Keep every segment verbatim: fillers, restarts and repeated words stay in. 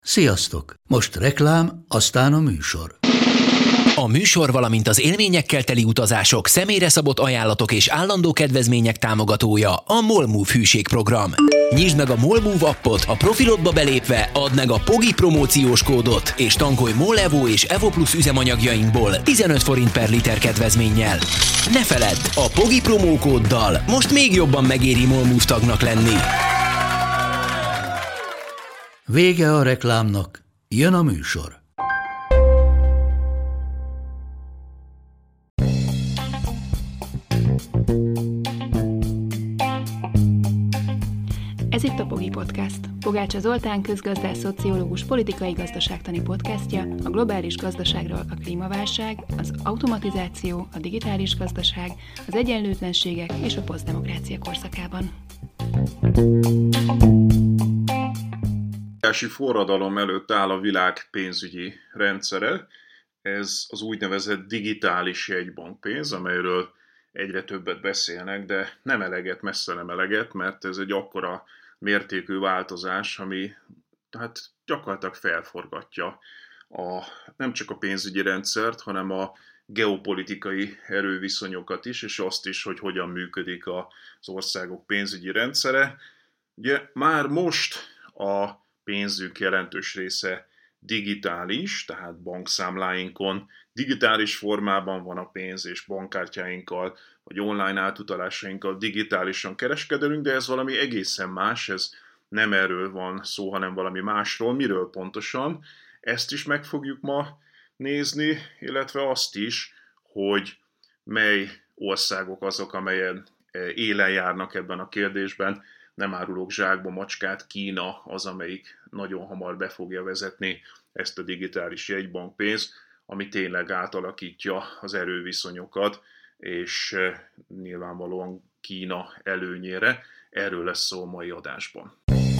Sziasztok! Most reklám, aztán a műsor. A műsor, valamint az élményekkel teli utazások, személyre szabott ajánlatok és állandó kedvezmények támogatója a MOLMOVE hűségprogram. Nyisd meg a MOLMOVE appot, a profilodba belépve add meg a Pogi promóciós kódot, és tankolj MOL Evo és Evo Plus üzemanyagjainkból tizenöt forint per liter kedvezménnyel. Ne feledd, a Pogi promókóddal most még jobban megéri MOLMOVE tagnak lenni. Vége a reklámnak, jön a műsor. Ez itt a Pogi Podcast. Pogácsa Zoltán közgazdász, szociológus, politikai gazdaságtani podcastja a globális gazdaságról a klímaválság, az automatizáció, a digitális gazdaság, az egyenlőtlenségek és a posztdemokrácia korszakában. A forradalom előtt áll a világ pénzügyi rendszere. Ez az úgynevezett digitális jegybankpénz, amelyről egyre többet beszélnek, de nem eleget, messze nem eleget, mert ez egy akkora mértékű változás, ami hát gyakorlatilag felforgatja a, nem csak a pénzügyi rendszert, hanem a geopolitikai erőviszonyokat is, és azt is, hogy hogyan működik az országok pénzügyi rendszere. Ugye már most a pénzünk jelentős része digitális, tehát bankszámláinkon digitális formában van a pénz, és bankkártyáinkkal vagy online átutalásainkkal digitálisan kereskedelünk, de ez valami egészen más, ez nem erről van szó, hanem valami másról. Miről pontosan? Ezt is meg fogjuk ma nézni, illetve azt is, hogy mely országok azok, amelyen élen járnak ebben a kérdésben. Nem árulok zsákba macskát, Kína az, amelyik nagyon hamar be fogja vezetni ezt a digitális jegybankpénzt, ami tényleg átalakítja az erőviszonyokat, és nyilvánvalóan Kína előnyére. Erről lesz szó a mai adásban.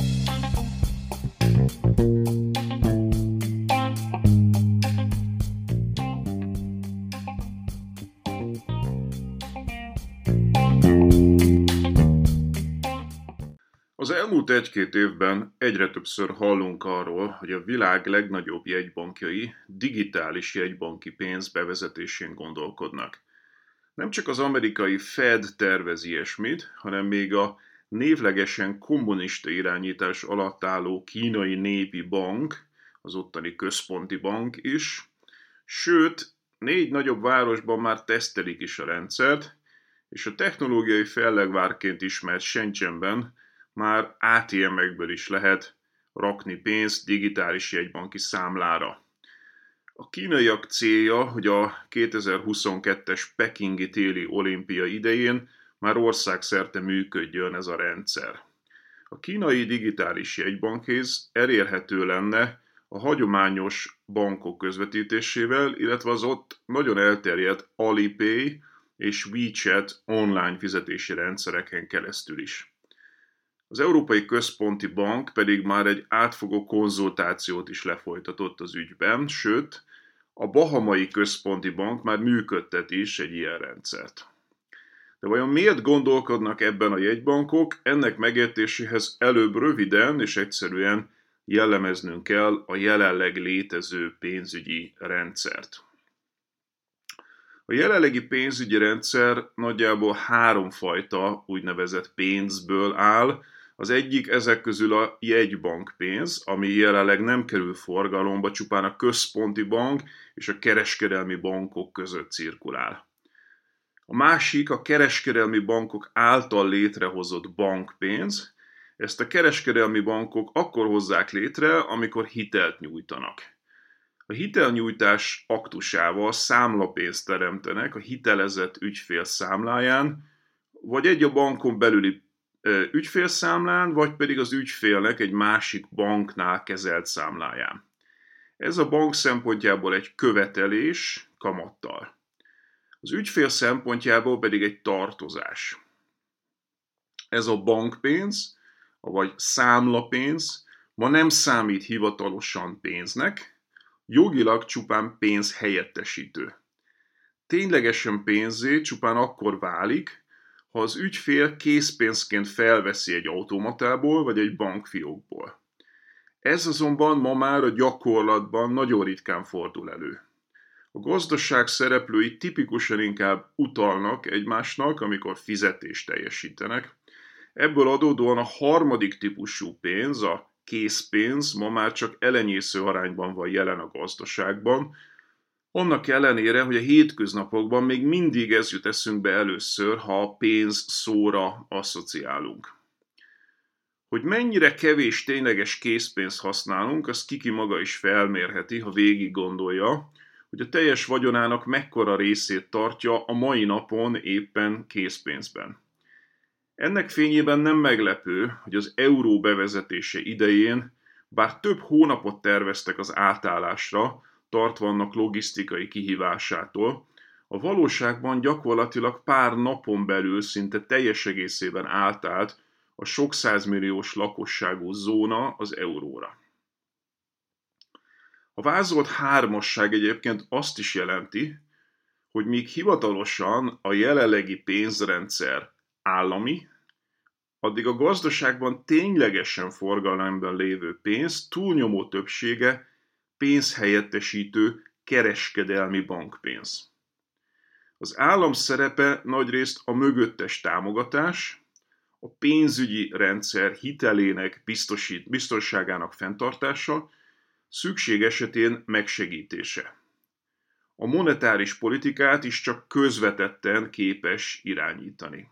Az elmúlt egy-két évben egyre többször hallunk arról, hogy a világ legnagyobb jegybankjai digitális jegybanki pénz bevezetésén gondolkodnak. Nem csak az amerikai Fed tervez ilyesmit, hanem még a névlegesen kommunista irányítás alatt álló kínai népi bank, az ottani központi bank is, sőt, négy nagyobb városban már tesztelik is a rendszert, és a technológiai fellegvárként ismert Shenzhenben már á té em-ekből is lehet rakni pénzt digitális jegybanki számlára. A kínaiak célja, hogy a kétezer-huszonkettes pekingi téli olimpia idején már országszerte működjön ez a rendszer. A kínai digitális jegybankkéz elérhető lenne a hagyományos bankok közvetítésével, illetve az ott nagyon elterjedt Alipay és WeChat online fizetési rendszereken keresztül is. Az Európai Központi Bank pedig már egy átfogó konzultációt is lefolytatott az ügyben, sőt, a Bahamai Központi Bank már működtet is egy ilyen rendszert. De vajon miért gondolkodnak ebben a jegybankok? Ennek megértéséhez előbb röviden és egyszerűen jellemeznünk kell a jelenleg létező pénzügyi rendszert. A jelenlegi pénzügyi rendszer nagyjából háromfajta úgynevezett pénzből áll. Az egyik ezek közül a jegybankpénz, ami jelenleg nem kerül forgalomba, csupán a központi bank és a kereskedelmi bankok között cirkulál. A másik a kereskedelmi bankok által létrehozott bankpénz. Ezt a kereskedelmi bankok akkor hozzák létre, amikor hitelt nyújtanak. A hitelnyújtás aktusával számlapénzt teremtenek a hitelezett ügyfél számláján, vagy egy a bankon belüli ügyfélszámlán, vagy pedig az ügyfélnek egy másik banknál kezelt számláján. Ez a bank szempontjából egy követelés kamattal. Az ügyfél szempontjából pedig egy tartozás. Ez a bankpénz, vagy számlapénz ma nem számít hivatalosan pénznek, jogilag csupán pénz helyettesítő. Ténylegesen pénzzé csupán akkor válik, ha az ügyfél készpénzként felveszi egy automatából vagy egy bankfiókból. Ez azonban ma már a gyakorlatban nagyon ritkán fordul elő. A gazdaság szereplői tipikusan inkább utalnak egymásnak, amikor fizetést teljesítenek. Ebből adódóan a harmadik típusú pénz, a készpénz ma már csak elenyésző arányban van jelen a gazdaságban, annak ellenére, hogy a hétköznapokban még mindig ez jut eszünkbe először, ha a pénz szóra asszociálunk. Hogy mennyire kevés tényleges készpénzt használunk, azt Kiki maga is felmérheti, ha végig gondolja, hogy a teljes vagyonának mekkora részét tartja a mai napon éppen készpénzben. Ennek fényében nem meglepő, hogy az euró bevezetése idején, bár több hónapot terveztek az átállásra, tartva annak logisztikai kihívásától, a valóságban gyakorlatilag pár napon belül szinte teljes egészében átállt a sok százmilliós lakosságú zóna az euróra. A vázolt hármasság egyébként azt is jelenti, hogy míg hivatalosan a jelenlegi pénzrendszer állami, addig a gazdaságban ténylegesen forgalomban lévő pénz túlnyomó többsége pénzhelyettesítő kereskedelmi bankpénz. Az állam szerepe nagyrészt a mögöttes támogatás, a pénzügyi rendszer hitelének biztosít, biztonságának fenntartása, szükség esetén megsegítése. A monetáris politikát is csak közvetetten képes irányítani.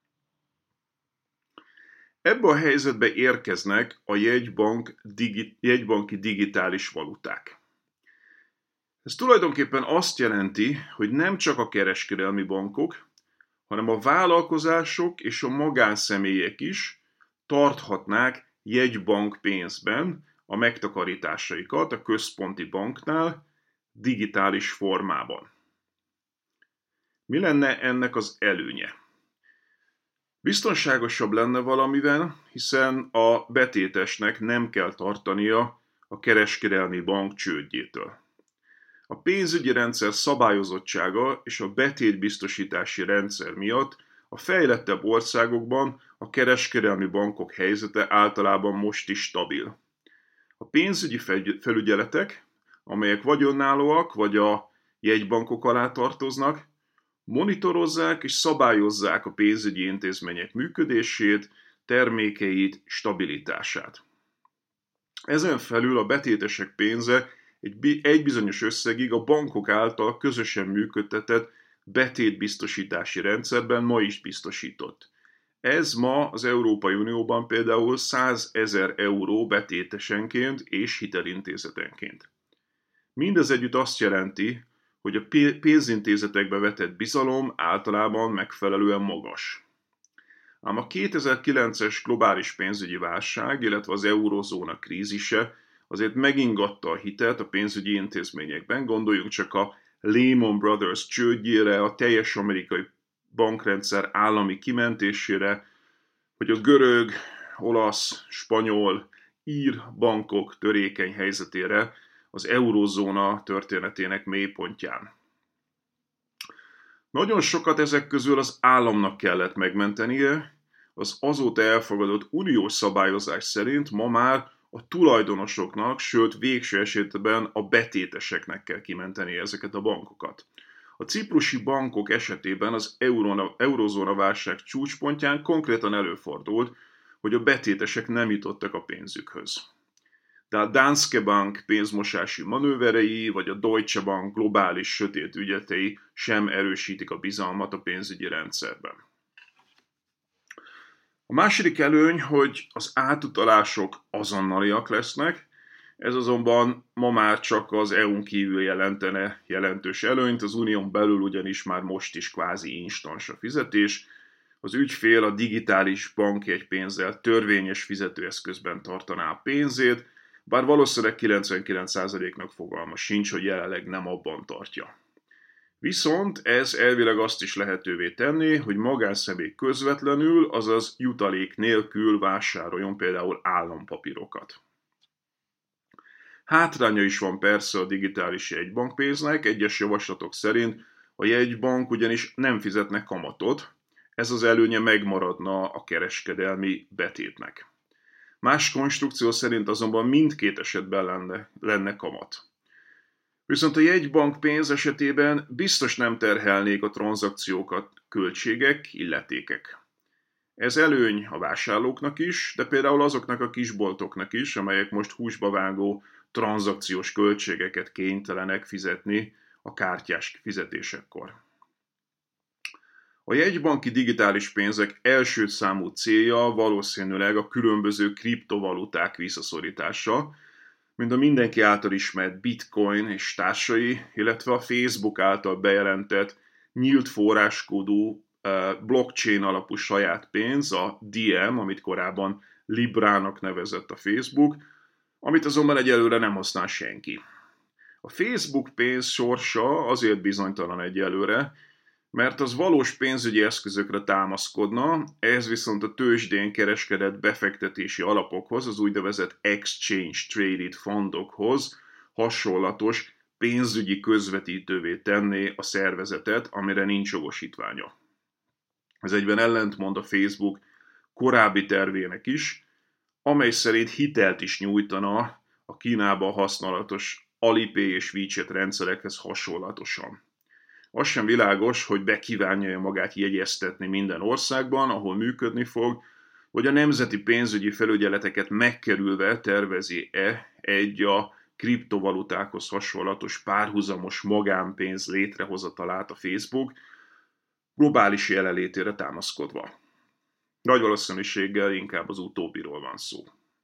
Ebbe a helyzetbe érkeznek a jegybank, digi, jegybanki digitális valuták. Ez tulajdonképpen azt jelenti, hogy nem csak a kereskedelmi bankok, hanem a vállalkozások és a magánszemélyek is tarthatnák jegybank pénzben a megtakarításaikat a központi banknál digitális formában. Mi lenne ennek az előnye? Biztonságosabb lenne valamivel, hiszen a betétesnek nem kell tartania a kereskedelmi bank csődjétől. A pénzügyi rendszer szabályozottsága és a betétbiztosítási rendszer miatt a fejlettebb országokban a kereskedelmi bankok helyzete általában most is stabil. A pénzügyi felügyeletek, amelyek vagy önállóak, vagy a jegybankok alá tartoznak, monitorozzák és szabályozzák a pénzügyi intézmények működését, termékeit, stabilitását. Ezen felül a betétesek pénze egy, egy bizonyos összegig a bankok által közösen működtetett betétbiztosítási rendszerben ma is biztosított. Ez ma az Európai Unióban például százezer euró betétesenként és hitelintézetenként. Mindez együtt azt jelenti, hogy a pénzintézetekbe vetett bizalom általában megfelelően magas. Ám a kétezer-kilences globális pénzügyi válság, illetve az eurozóna krízise azért megingatta a hitet a pénzügyi intézményekben. Gondoljunk csak a Lehman Brothers csődjére, a teljes amerikai bankrendszer állami kimentésére, vagy a görög, olasz, spanyol, ír bankok törékeny helyzetére az eurózóna történetének mélypontján. Nagyon sokat ezek közül az államnak kellett megmentenie, az azóta elfogadott uniós szabályozás szerint ma már a tulajdonosoknak, sőt végső esetben a betéteseknek kell kimenteni ezeket a bankokat. A ciprusi bankok esetében az eurozóna válság csúcspontján konkrétan előfordult, hogy a betétesek nem jutottak a pénzükhöz. De a Danske Bank pénzmosási manőverei, vagy a Deutsche Bank globális sötét ügyletei sem erősítik a bizalmat a pénzügyi rendszerben. A második előny, hogy az átutalások azonnaliak lesznek, ez azonban ma már csak az é u-n kívül jelentene jelentős előnyt, az unión belül ugyanis már most is kvázi instans a fizetés, az ügyfél a digitális bankjegypénzzel törvényes fizetőeszközben tartaná a pénzét, bár valószínűleg kilencvenkilenc százaléknak fogalma sincs, hogy jelenleg nem abban tartja. Viszont ez elvileg azt is lehetővé tenné, hogy magánszemély közvetlenül, azaz jutalék nélkül vásároljon például állampapírokat. Hátránya is van persze a digitális jegybankpénznek, egyes javaslatok szerint a jegybank ugyanis nem fizetne kamatot, ez az előnye megmaradna a kereskedelmi betétnek. Más konstrukció szerint azonban mindkét esetben lenne, lenne kamat. Viszont a jegybank pénz esetében biztos nem terhelnék a tranzakciókat költségek, illetékek. Ez előny a vásárlóknak is, de például azoknak a kisboltoknak is, amelyek most húsba vágó tranzakciós költségeket kénytelenek fizetni a kártyás fizetésekkor. A jegybanki digitális pénzek első számú célja valószínűleg a különböző kriptovaluták visszaszorítása, mint a mindenki által ismert Bitcoin és társai, illetve a Facebook által bejelentett nyílt forráskódú blockchain alapú saját pénz, a Diem, amit korábban Librának nevezett a Facebook, amit azonban egyelőre nem használ senki. A Facebook pénz sorsa azért bizonytalan egyelőre, mert az valós pénzügyi eszközökre támaszkodna, ez viszont a tőzsdén kereskedett befektetési alapokhoz, az úgynevezett Exchange Traded Fundokhoz hasonlatos pénzügyi közvetítővé tenné a szervezetet, amire nincs jogosítványa. Ez egyben ellentmond a Facebook korábbi tervének is, amely szerint hitelt is nyújtana a Kínában használatos Alipay és WeChat rendszerekhez hasonlatosan. Az sem világos, hogy be kívánja magát jegyeztetni minden országban, ahol működni fog, vagy a nemzeti pénzügyi felügyeleteket megkerülve tervezi-e egy a kriptovalutákhoz hasonlatos párhuzamos magánpénz létrehozatalát a Facebook, globális jelenlétére támaszkodva. Nagy valószínűséggel inkább az utóbbiról van szó.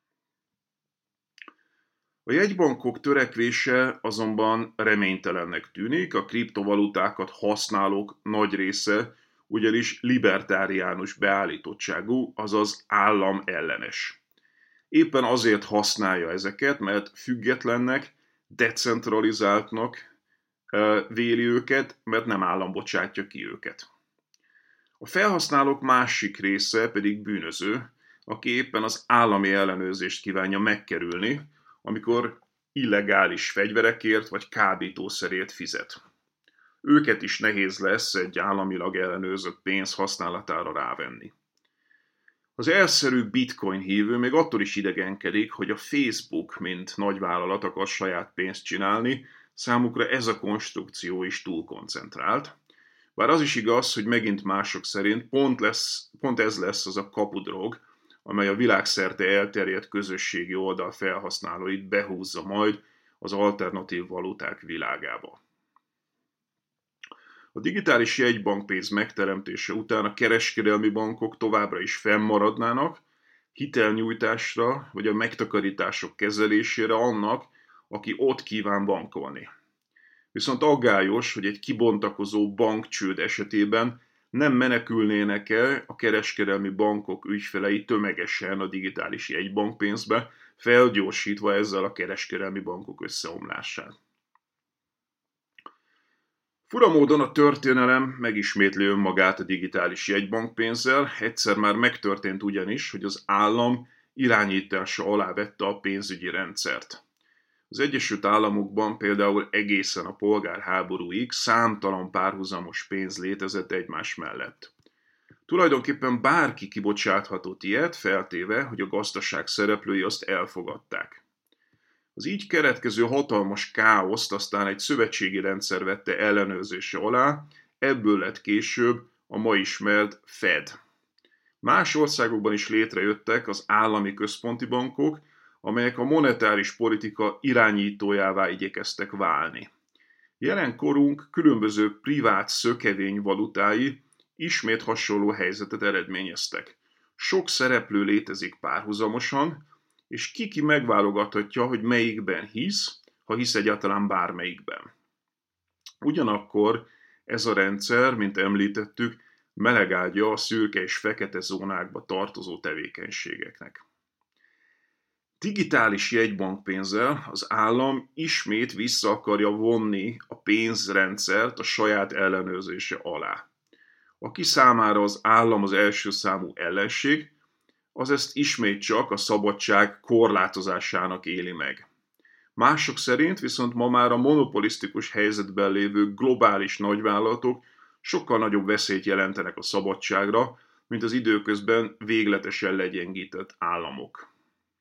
A jegybankok törekvése azonban reménytelennek tűnik, a kriptovalutákat használók nagy része ugyanis libertáriánus beállítottságú, azaz államellenes. Éppen azért használja ezeket, mert függetlennek, decentralizáltnak véli őket, mert nem állam bocsátja ki őket. A felhasználók másik része pedig bűnöző, aki éppen az állami ellenőrzést kívánja megkerülni, amikor illegális fegyverekért vagy kábítószerért fizet. Őket is nehéz lesz egy államilag ellenőrzött pénz használatára rávenni. Az elszerű bitcoin hívő még attól is idegenkedik, hogy a Facebook, mint nagyvállalat akar saját pénzt csinálni, számukra ez a konstrukció is túl koncentrált. Bár az is igaz, hogy megint mások szerint pont, lesz, pont ez lesz az a kapudrog, amely a világszerte elterjedt közösségi oldal felhasználóit behúzza majd az alternatív valuták világába. A digitális jegybankpénz megteremtése után a kereskedelmi bankok továbbra is fennmaradnának hitelnyújtásra vagy a megtakarítások kezelésére annak, aki ott kíván bankolni. Viszont aggályos, hogy egy kibontakozó bankcsőd esetében nem menekülnének-e a kereskedelmi bankok ügyfelei tömegesen a digitális jegybankpénzbe, felgyorsítva ezzel a kereskedelmi bankok összeomlását. Fura módon a történelem megismétli önmagát a digitális jegybankpénzzel, egyszer már megtörtént ugyanis, hogy az állam irányítása alá vette a pénzügyi rendszert. Az Egyesült Államokban például egészen a polgárháborúig számtalan párhuzamos pénz létezett egymás mellett. Tulajdonképpen bárki kibocsáthatott ilyet, feltéve, hogy a gazdaság szereplői azt elfogadták. Az így keletkező hatalmas káoszt aztán egy szövetségi rendszer vette ellenőrzése alá, ebből lett később a ma ismert Fed. Más országokban is létrejöttek az állami központi bankok, amelyek a monetáris politika irányítójává igyekeztek válni. Jelenkorunk különböző privát szökevény valutái ismét hasonló helyzetet eredményeztek. Sok szereplő létezik párhuzamosan, és ki-ki megválogathatja, hogy melyikben hisz, ha hisz egyáltalán bármelyikben. Ugyanakkor ez a rendszer, mint említettük, melegágya a szürke és fekete zónákba tartozó tevékenységeknek. Digitális jegybankpénzzel az állam ismét vissza akarja vonni a pénzrendszert a saját ellenőrzése alá. Aki számára az állam az első számú ellenség, az ezt ismét csak a szabadság korlátozásának éli meg. Mások szerint viszont ma már a monopolisztikus helyzetben lévő globális nagyvállalatok sokkal nagyobb veszélyt jelentenek a szabadságra, mint az időközben végletesen legyengített államok.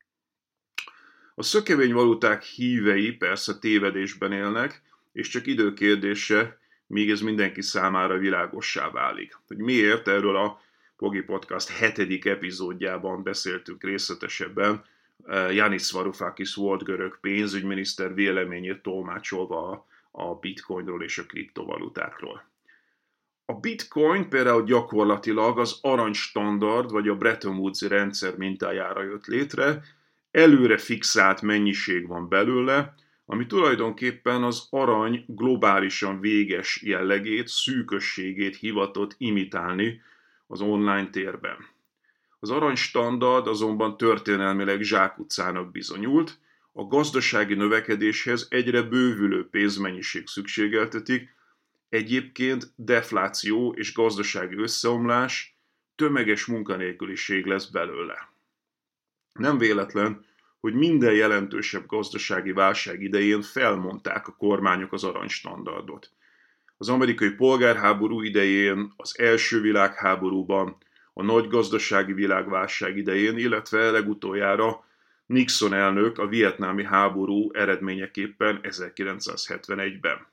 A szökevényvaluták hívei persze tévedésben élnek, és csak időkérdése, míg ez mindenki számára világossá válik. Hogy miért, erről a Pogi Podcast hetedik epizódjában beszéltünk részletesebben, Yanis Varoufakis volt görög pénzügyminiszter véleményét tolmácsolva a bitcoinról és a kriptovalutákról. A bitcoin például gyakorlatilag az aranystandard vagy a Bretton Woods-i rendszer mintájára jött létre, előre fixált mennyiség van belőle, ami tulajdonképpen az arany globálisan véges jellegét, szűkösségét hivatott imitálni az online térben. Az aranystandard azonban történelmileg zsákutcának bizonyult, a gazdasági növekedéshez egyre bővülő pénzmennyiség szükségeltetik, egyébként defláció és gazdasági összeomlás, tömeges munkanélküliség lesz belőle. Nem véletlen, hogy minden jelentősebb gazdasági válság idején felmondták a kormányok az aranystandardot. Az amerikai polgárháború idején, az első világháborúban, a nagy gazdasági világválság idején, illetve legutoljára Nixon elnök a vietnámi háború eredményeképpen ezerkilencszázhetvenegyben.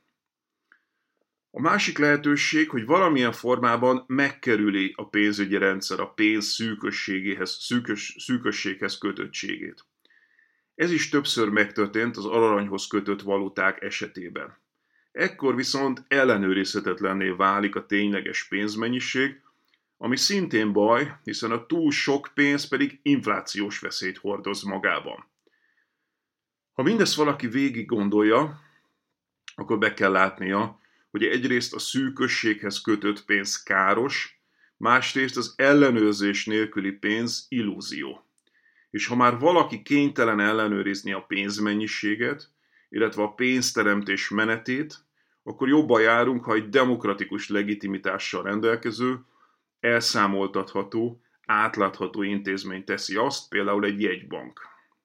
A másik lehetőség, hogy valamilyen formában megkerüli a pénzügyi rendszer a pénz szűkösségéhez, szűkös, szűkösséghez kötöttségét. Ez is többször megtörtént az aranyhoz kötött valuták esetében. Ekkor viszont ellenőrizhetetlenné válik a tényleges pénzmennyiség, ami szintén baj, hiszen a túl sok pénz pedig inflációs veszélyt hordoz magában. Ha mindezt valaki végig gondolja, akkor be kell látnia, hogy egyrészt a szűkösséghez kötött pénz káros, másrészt az ellenőrzés nélküli pénz illúzió. És ha már valaki kénytelen ellenőrizni a pénzmennyiséget, illetve a pénzteremtés menetét, akkor jobban járunk, ha egy demokratikus legitimitással rendelkező, elszámoltatható, átlátható intézmény teszi azt, például egy jegybank.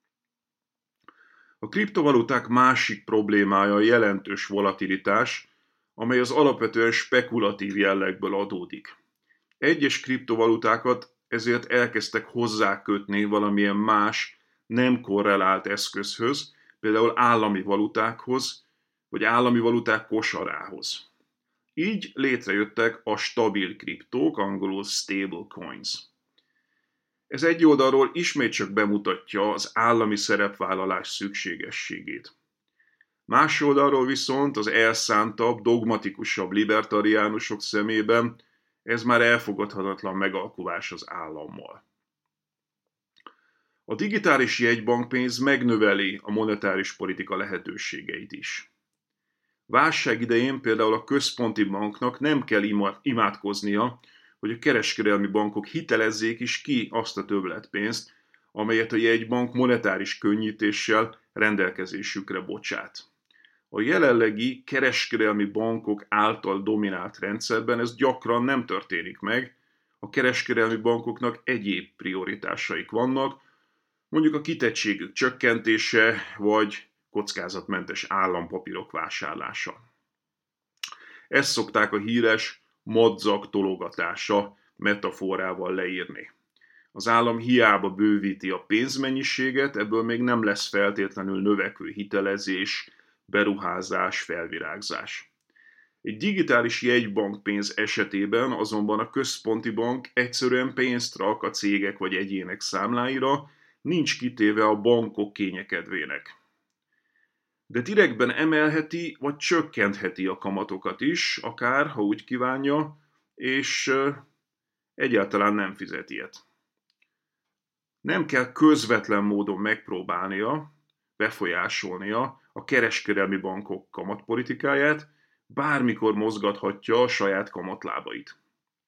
A kriptovaluták másik problémája a jelentős volatilitás, amely az alapvetően spekulatív jellegből adódik. Egyes kriptovalutákat ezért elkezdtek hozzákötni valamilyen más, nem korrelált eszközhöz, például állami valutákhoz, vagy állami valuták kosarához. Így létrejöttek a stabil kriptók, angolul stable coins. Ez egy oldalról ismét csak bemutatja az állami szerepvállalás szükségességét. Más oldalról viszont az elszántabb, dogmatikusabb libertariánusok szemében ez már elfogadhatatlan megalkuvás az állammal. A digitális jegybankpénz megnöveli a monetáris politika lehetőségeit is. Válság idején például a központi banknak nem kell imádkoznia, hogy a kereskedelmi bankok hitelezzék is ki azt a többletpénzt, amelyet a jegybank monetáris könnyítéssel rendelkezésükre bocsát. A jelenlegi kereskedelmi bankok által dominált rendszerben ez gyakran nem történik meg, a kereskedelmi bankoknak egyéb prioritásaik vannak, mondjuk a kitettségük csökkentése, vagy kockázatmentes állampapírok vásárlása. Ezt szokták a híres madzag tologatása metaforával leírni. Az állam hiába bővíti a pénzmennyiséget, ebből még nem lesz feltétlenül növekvő hitelezés, beruházás, felvirágzás. Egy digitális jegybankpénz esetében azonban a központi bank egyszerűen pénzt rak a cégek vagy egyének számláira, nincs kitéve a bankok kényekedvének. De direktben emelheti vagy csökkentheti a kamatokat is, akár, ha úgy kívánja, és egyáltalán nem fizet ilyet. Nem kell közvetlen módon megpróbálnia, befolyásolnia a kereskedelmi bankok kamatpolitikáját, bármikor mozgathatja a saját kamatlábait.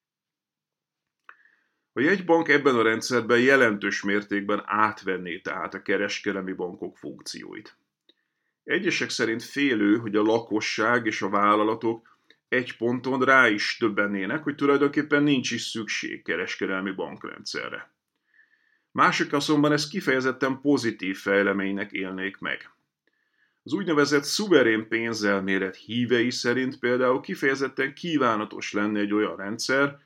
A jegybank ebben a rendszerben jelentős mértékben átvenné tehát a kereskedelmi bankok funkcióit. Egyesek szerint félő, hogy a lakosság és a vállalatok egy ponton rá is döbbennének, hogy tulajdonképpen nincs is szükség kereskedelmi bankrendszerre. Mások azonban ezt kifejezetten pozitív fejleménynek élnék meg. Az úgynevezett szuverén pénzelmélet hívei szerint például kifejezetten kívánatos lenne egy olyan rendszer,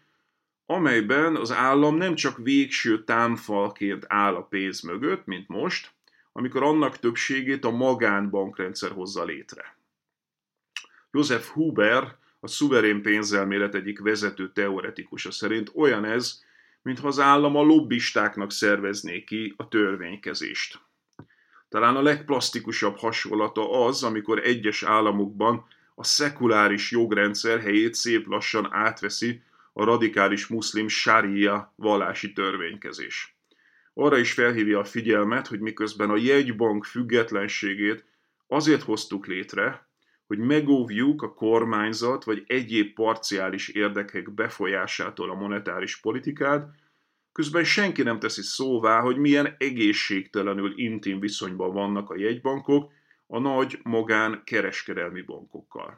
amelyben az állam nem csak végső támfalként áll a pénz mögött, mint most, amikor annak többségét a magánbankrendszer hozza létre. Joseph Huber, a szuverén pénzelmélet egyik vezető teoretikusa szerint olyan ez, mintha az állam a lobbistáknak szervezné ki a törvénykezést. Talán a legplasztikusabb hasonlata az, amikor egyes államokban a szekuláris jogrendszer helyét szép lassan átveszi a radikális muszlim sária vallási törvénykezés. Arra is felhívja a figyelmet, hogy miközben a jegybank függetlenségét azért hoztuk létre, hogy megóvjuk a kormányzat vagy egyéb parciális érdekek befolyásától a monetáris politikát, közben senki nem teszi szóvá, hogy milyen egészségtelenül intim viszonyban vannak a jegybankok a nagy magán kereskedelmi bankokkal.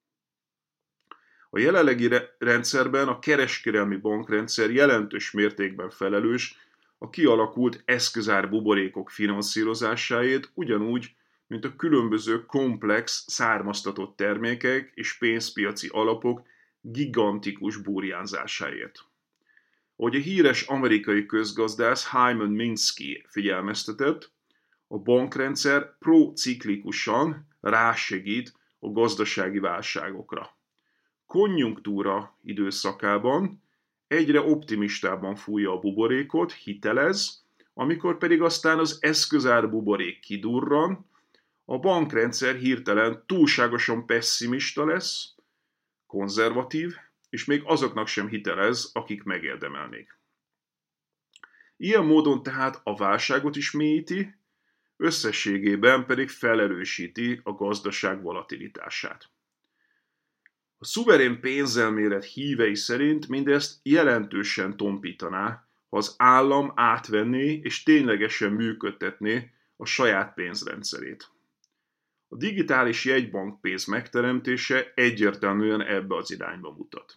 A jelenlegi rendszerben a kereskedelmi bankrendszer jelentős mértékben felelős a kialakult eszközár buborékok finanszírozásáért, ugyanúgy, mint a különböző komplex származtatott termékek és pénzpiaci alapok gigantikus burjánzásáért. Ahogy a híres amerikai közgazdász Hyman Minsky figyelmeztetett, a bankrendszer prociklikusan rásegít a gazdasági válságokra. Konjunktúra időszakában egyre optimistában fújja a buborékot, hitelez, amikor pedig aztán az eszközár buborék kidurran, a bankrendszer hirtelen túlságosan pesszimista lesz, konzervatív, és még azoknak sem hitelez, akik megérdemelnék. Ilyen módon tehát a válságot is mélyíti, összességében pedig felerősíti a gazdaság volatilitását. A szuverén pénzelmélet hívei szerint mindezt jelentősen tompítaná, ha az állam átvenné és ténylegesen működtetné a saját pénzrendszerét. A digitális jegybankpénz megteremtése egyértelműen ebbe az irányba mutat.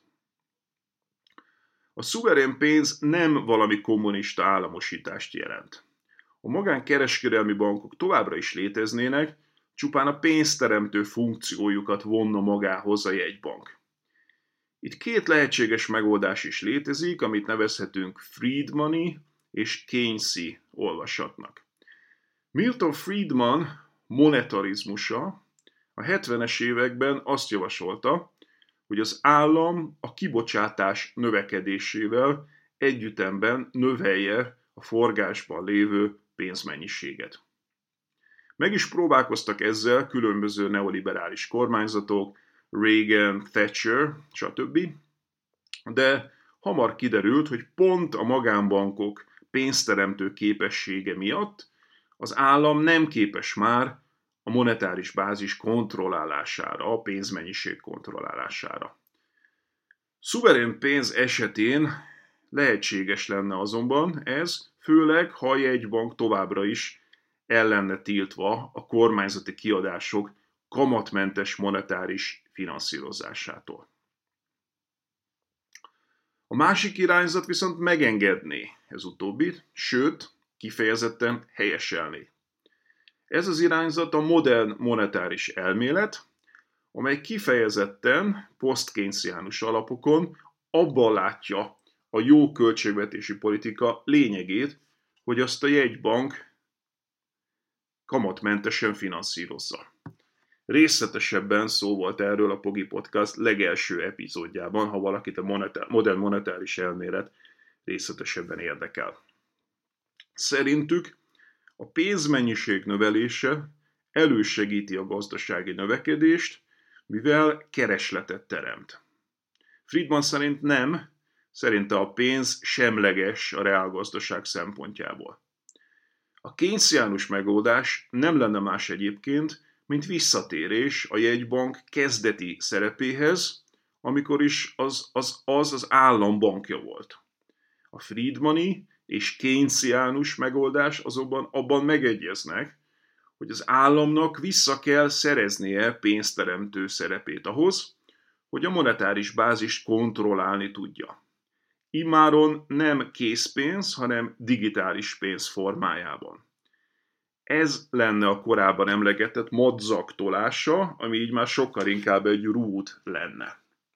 A szuverén pénz nem valami kommunista államosítást jelent. A magánkereskedelmi bankok továbbra is léteznének, csupán a pénzteremtő funkciójukat vonna magához a jegybank. Itt két lehetséges megoldás is létezik, amit nevezhetünk Friedmani és Keynesi olvasatnak. Milton Friedman monetarizmusa a hetvenes években azt javasolta, hogy az állam a kibocsátás növekedésével együttemben növelje a forgásban lévő pénzmennyiséget. Meg is próbálkoztak ezzel különböző neoliberális kormányzatok, Reagan, Thatcher, stb. De hamar kiderült, hogy pont a magánbankok pénzteremtő képessége miatt az állam nem képes már a monetáris bázis kontrollálására, a pénzmennyiség kontrollálására. Szuverén pénz esetén lehetséges lenne azonban ez, főleg ha a jegybank továbbra is el lenne tiltva a kormányzati kiadások kamatmentes monetáris finanszírozásától. A másik irányzat viszont megengedné ez utóbbit, sőt, kifejezetten helyeselné. Ez az irányzat a modern monetáris elmélet, amely kifejezetten posztkeynesiánus alapokon abban látja a jó költségvetési politika lényegét, hogy azt a jegybank kamatmentesen finanszírozza. Részletesebben szó volt erről a Pogi Podcast legelső epizódjában, ha valakit a monetár, modern monetáris elmélet részletesebben érdekel. Szerintük a pénzmennyiség növelése elősegíti a gazdasági növekedést, mivel keresletet teremt. Friedman szerint nem, szerinte a pénz semleges a reálgazdaság szempontjából. A keynesiánus megoldás nem lenne más egyébként, mint visszatérés a jegybank kezdeti szerepéhez, amikor is az az, az, az állam bankja volt. A Friedmani és keynesiánus megoldás azonban abban megegyeznek, hogy az államnak vissza kell szereznie pénzteremtő szerepét ahhoz, hogy a monetáris bázist kontrollálni tudja. Immáron nem készpénz, hanem digitális pénz formájában. Ez lenne a korábban emlegetett madzag tolása, ami így már sokkal inkább egy rút lenne.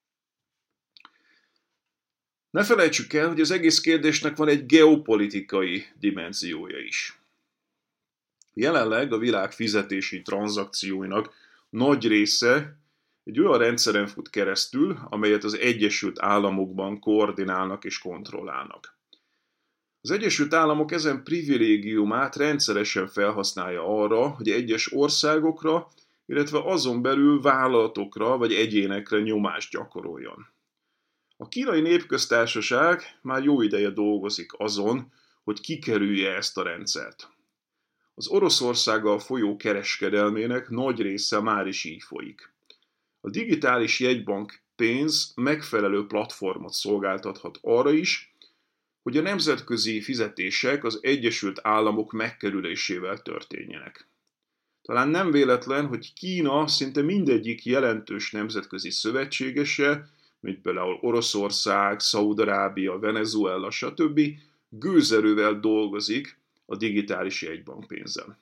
Ne felejtsük el, hogy az egész kérdésnek van egy geopolitikai dimenziója is. Jelenleg a világ fizetési tranzakcióinak nagy része egy olyan rendszeren fut keresztül, amelyet az Egyesült Államokban koordinálnak és kontrollálnak. Az Egyesült Államok ezen privilégiumát rendszeresen felhasználja arra, hogy egyes országokra, illetve azon belül vállalatokra vagy egyénekre nyomást gyakoroljon. A Kínai Népköztársaság már jó ideje dolgozik azon, hogy kikerülje ezt a rendszert. Az Oroszországgal folyó kereskedelmének nagy része már is így folyik. A digitális jegybank pénz megfelelő platformot szolgáltathat arra is, hogy a nemzetközi fizetések az Egyesült Államok megkerülésével történjenek. Talán nem véletlen, hogy Kína szinte mindegyik jelentős nemzetközi szövetségese, mint például Oroszország, Szaúd-Arábia, Venezuela, stb. Gőzerővel dolgozik a digitális jegybankpénzen.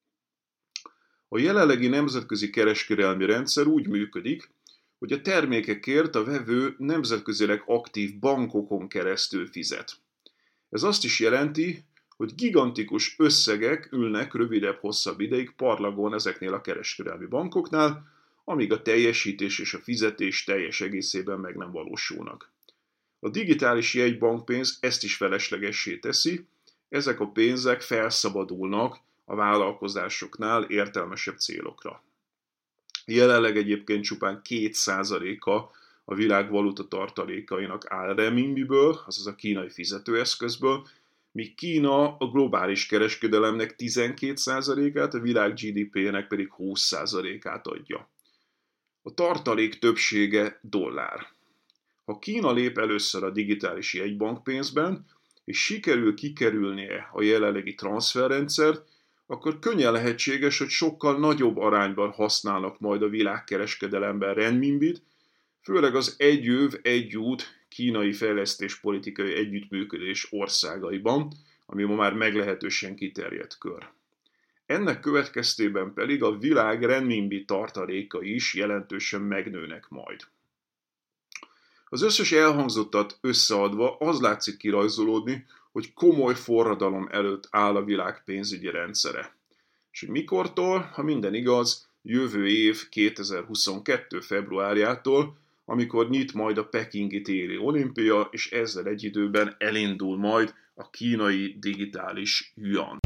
A jelenlegi nemzetközi kereskedelmi rendszer úgy működik, hogy a termékekért a vevő nemzetközileg aktív bankokon keresztül fizet. Ez azt is jelenti, hogy gigantikus összegek ülnek rövidebb-hosszabb ideig parlagon ezeknél a kereskedelmi bankoknál, amíg a teljesítés és a fizetés teljes egészében meg nem valósulnak. A digitális jegybankpénz ezt is feleslegessé teszi, ezek a pénzek felszabadulnak a vállalkozásoknál értelmesebb célokra. Jelenleg egyébként csupán két százaléka a világ valuta tartalékainak áll renminbiből, azaz a kínai fizetőeszközből, míg Kína a globális kereskedelemnek tizenkét százalékát, a világ gé dé péjének pedig húsz százalékát adja. A tartalék többsége dollár. Ha Kína lép először a digitális jegybankpénzben, és sikerül kikerülnie a jelenlegi transferrendszert, akkor könnyen lehetséges, hogy sokkal nagyobb arányban használnak majd a világkereskedelemben renminbit, főleg az egy öv, egy út kínai fejlesztéspolitikai együttműködés országaiban, ami ma már meglehetősen kiterjedt kör. Ennek következtében pedig a világ renminbi tartalékai is jelentősen megnőnek majd. Az összes elhangzottat összeadva az látszik kirajzolódni, hogy komoly forradalom előtt áll a világ pénzügyi rendszere. És hogy mikortól, ha minden igaz, jövő év kétezer-huszonkettő februárjától, amikor nyit majd a pekingi téli olimpia, és ezzel egy időben elindul majd a kínai digitális yuan.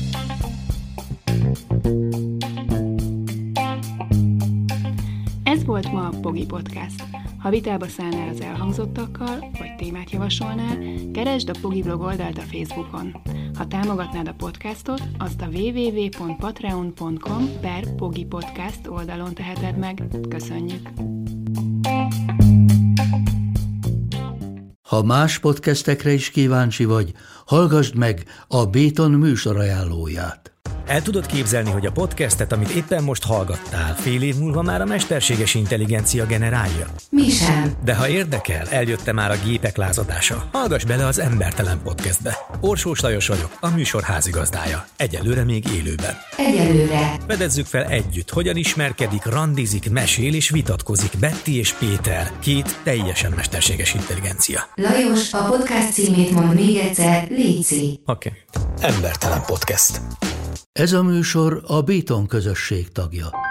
Ez volt ma a Pogi Podcast. Ha vitába szállnál az elhangzottakkal, vagy témát javasolnál, keresd a Pogi blog oldalt a Facebookon. Ha támogatnád a podcastot, azt a double-u double-u double-u pont patreon pont com per Pogi Podcast oldalon teheted meg. Köszönjük! Ha más podcastekre is kíváncsi vagy, hallgassd meg a Béton műsor ajánlóját. El tudod képzelni, hogy a podcastet, amit éppen most hallgattál, fél év múlva már a mesterséges intelligencia generálja? Mi sem. De ha érdekel, eljött már a gépek lázadása. Hallgass bele az Embertelen Podcastbe. Orsós Lajos vagyok, a műsor házigazdája. Egyelőre még élőben. Egyelőre. Fedezzük fel együtt, hogyan ismerkedik, randizik, mesél és vitatkozik Betty és Péter, két teljesen mesterséges intelligencia. Lajos, a podcast címét mond még egyszer, léci. Oké. Okay. Embertelen Podcast. Ez a műsor a Béton közösség tagja.